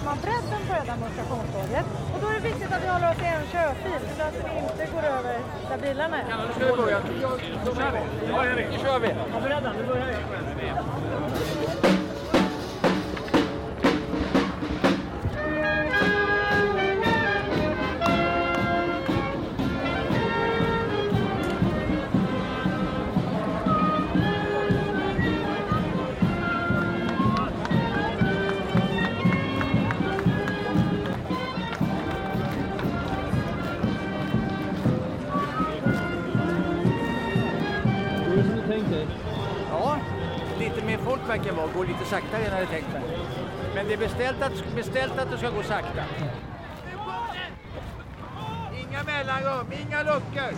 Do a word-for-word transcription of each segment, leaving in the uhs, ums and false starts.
man bredden på det där demonstrationståget. Och då är det viktigt att vi håller oss i en körfil så att vi inte går över där bilarna är. Ja, nu ska vi börja. Då kör vi. Nu kör vi. Ja, beredda, nu börjar vi. Ja, lite mer folk verkar vara. Går lite saktare än jag hade tänkt mig. Men det är beställt att, beställt att det ska gå sakta. Inga mellanrum, inga luckor.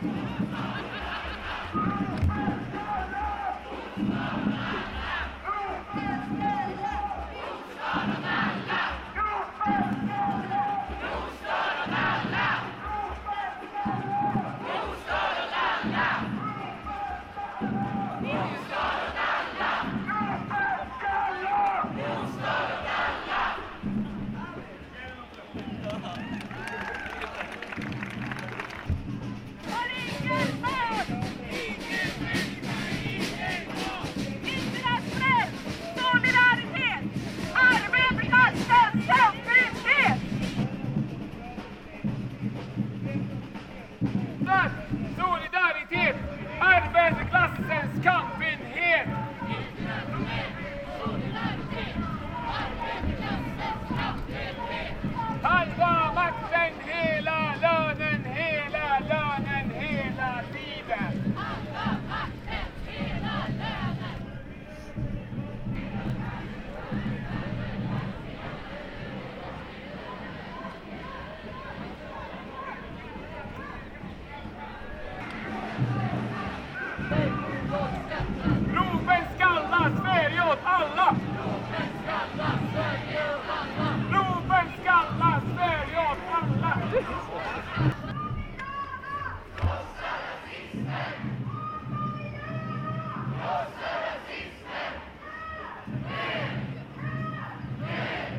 Solidaritet, arbetarklassens kampenhet. Halva makten, hela lönen, hela lönen, hela tiden. Halva makten, hela lönen. Ropen skallar, Sverige åt alla! Ropen skallar, Sverige åt alla! Ropen skallar, Sverige åt alla! Krossa rasismen! Krossa rasismen! Ner! Ner!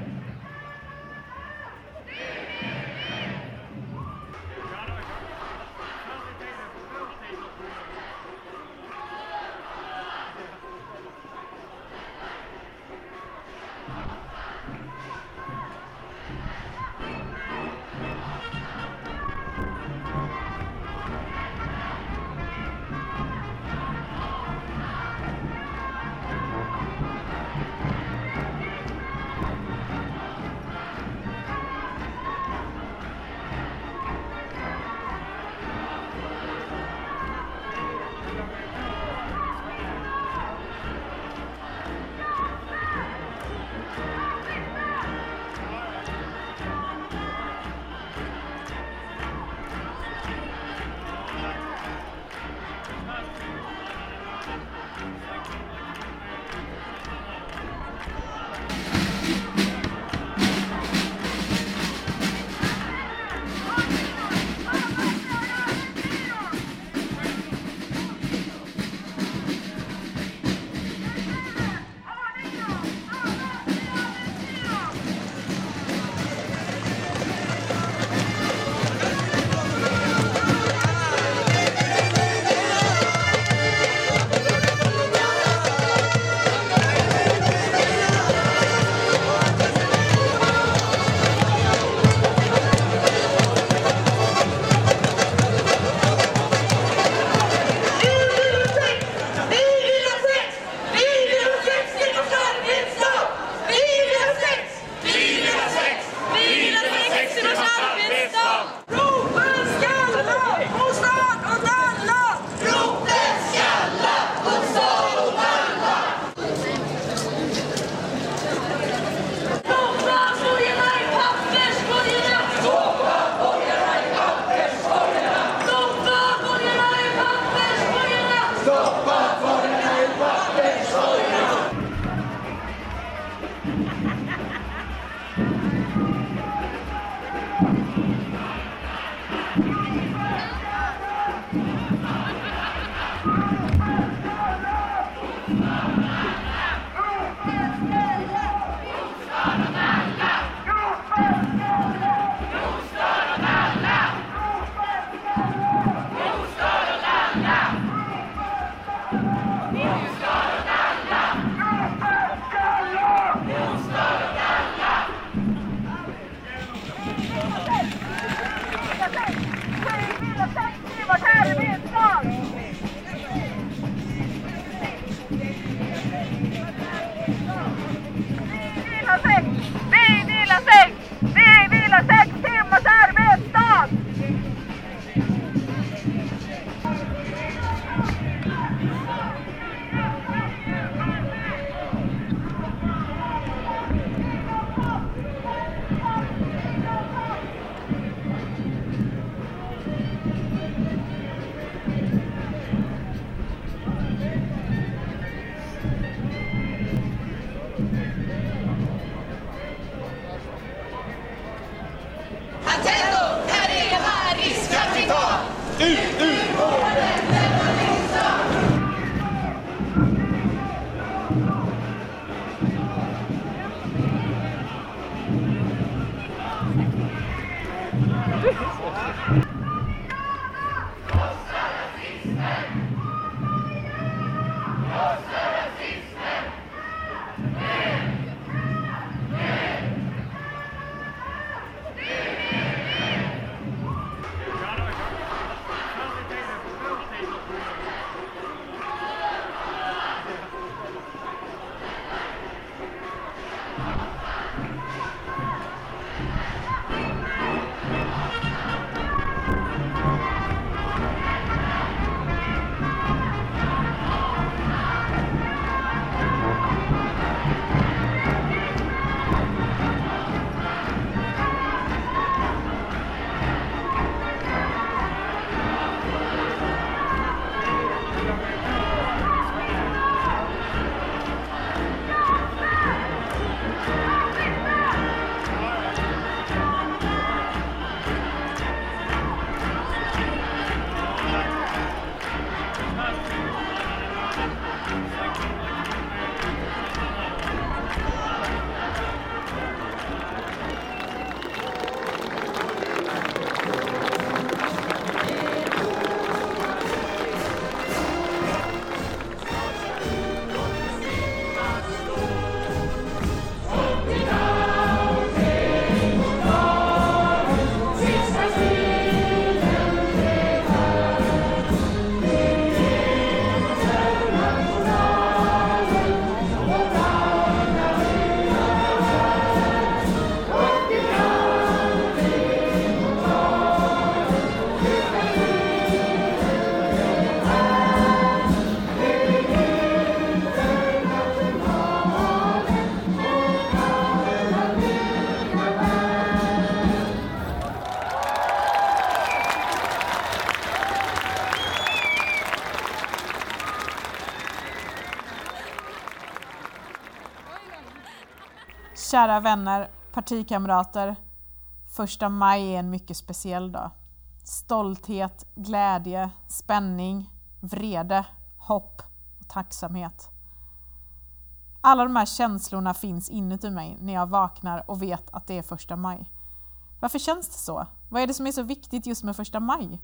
Kära vänner, partikamrater, första maj är en mycket speciell dag. Stolthet, glädje, spänning, vrede, hopp och tacksamhet. Alla de här känslorna finns inuti mig när jag vaknar och vet att det är första maj. Varför känns det så? Vad är det som är så viktigt just med första maj?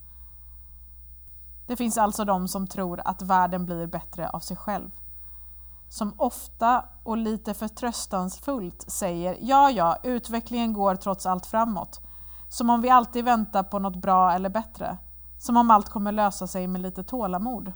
Det finns alltså de som tror att världen blir bättre av sig själv. Som ofta och lite förtröstansfullt säger ja, ja, utvecklingen går trots allt framåt. Som om vi alltid väntar på något bra eller bättre. Som om allt kommer lösa sig med lite tålamod.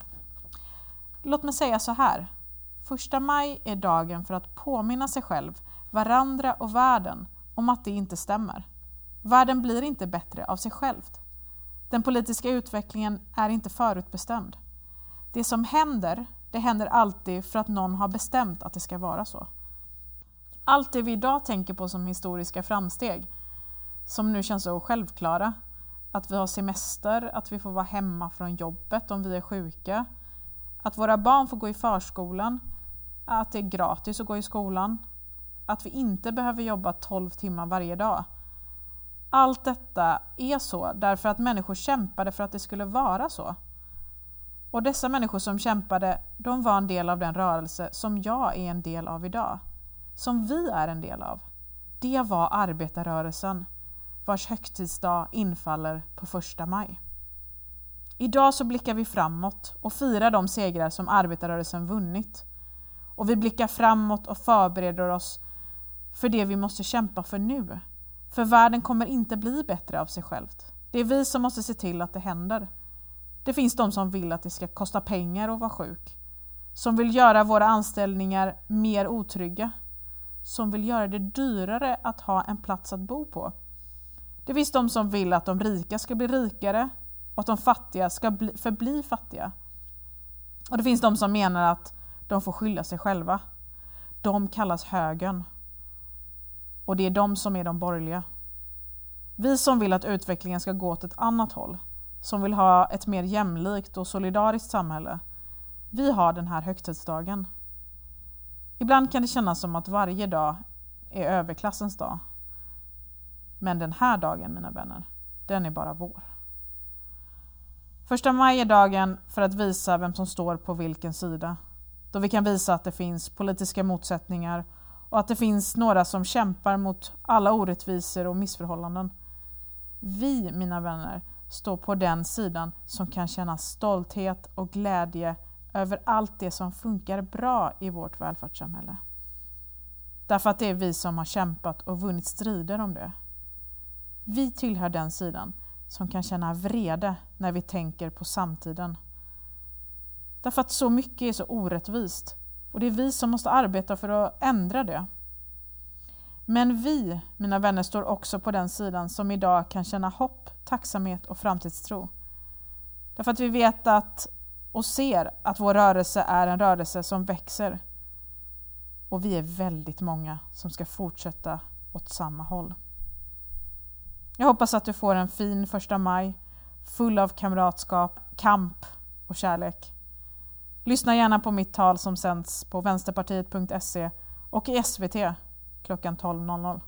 Låt mig säga så här. Första maj är dagen för att påminna sig själv, varandra och världen om att det inte stämmer. Världen blir inte bättre av sig självt. Den politiska utvecklingen är inte förutbestämd. Det som händer, det händer alltid för att någon har bestämt att det ska vara så. Allt det vi idag tänker på som historiska framsteg, som nu känns så självklara, att vi har semester, att vi får vara hemma från jobbet om vi är sjuka, att våra barn får gå i förskolan, att det är gratis att gå i skolan, att vi inte behöver jobba tolv timmar varje dag. Allt detta är så därför att människor kämpade för att det skulle vara så. Och dessa människor som kämpade, de var en del av den rörelse som jag är en del av idag. Som vi är en del av. Det var arbetarrörelsen, vars högtidsdag infaller på första maj. Idag så blickar vi framåt och firar de segrar som arbetarrörelsen vunnit. Och vi blickar framåt och förbereder oss för det vi måste kämpa för nu. För världen kommer inte bli bättre av sig självt. Det är vi som måste se till att det händer. Det finns de som vill att det ska kosta pengar att vara sjuk. Som vill göra våra anställningar mer otrygga. Som vill göra det dyrare att ha en plats att bo på. Det finns de som vill att de rika ska bli rikare och att de fattiga ska bli, förbli fattiga. Och det finns de som menar att de får skylla sig själva. De kallas högern. Och det är de som är de borgerliga. Vi som vill att utvecklingen ska gå åt ett annat håll. Som vill ha ett mer jämlikt och solidariskt samhälle. Vi har den här högtidsdagen. Ibland kan det kännas som att varje dag är överklassens dag. Men den här dagen, mina vänner, den är bara vår. Första maj är dagen för att visa vem som står på vilken sida. Då vi kan visa att det finns politiska motsättningar och att det finns några som kämpar mot alla orättvisor och missförhållanden. Vi, mina vänner, står på den sidan som kan känna stolthet och glädje över allt det som funkar bra i vårt välfärdssamhälle. Därför att det är vi som har kämpat och vunnit strider om det. Vi tillhör den sidan som kan känna vrede när vi tänker på samtiden. Därför att så mycket är så orättvist och det är vi som måste arbeta för att ändra det. Men vi, mina vänner, står också på den sidan som idag kan känna hopp, tacksamhet och framtidstro. Därför att vi vet att och ser att vår rörelse är en rörelse som växer. Och vi är väldigt många som ska fortsätta åt samma håll. Jag hoppas att du får en fin första maj, full av kamratskap, kamp och kärlek. Lyssna gärna på mitt tal som sänds på vänsterpartiet punkt se och i S V T klockan tolv noll noll.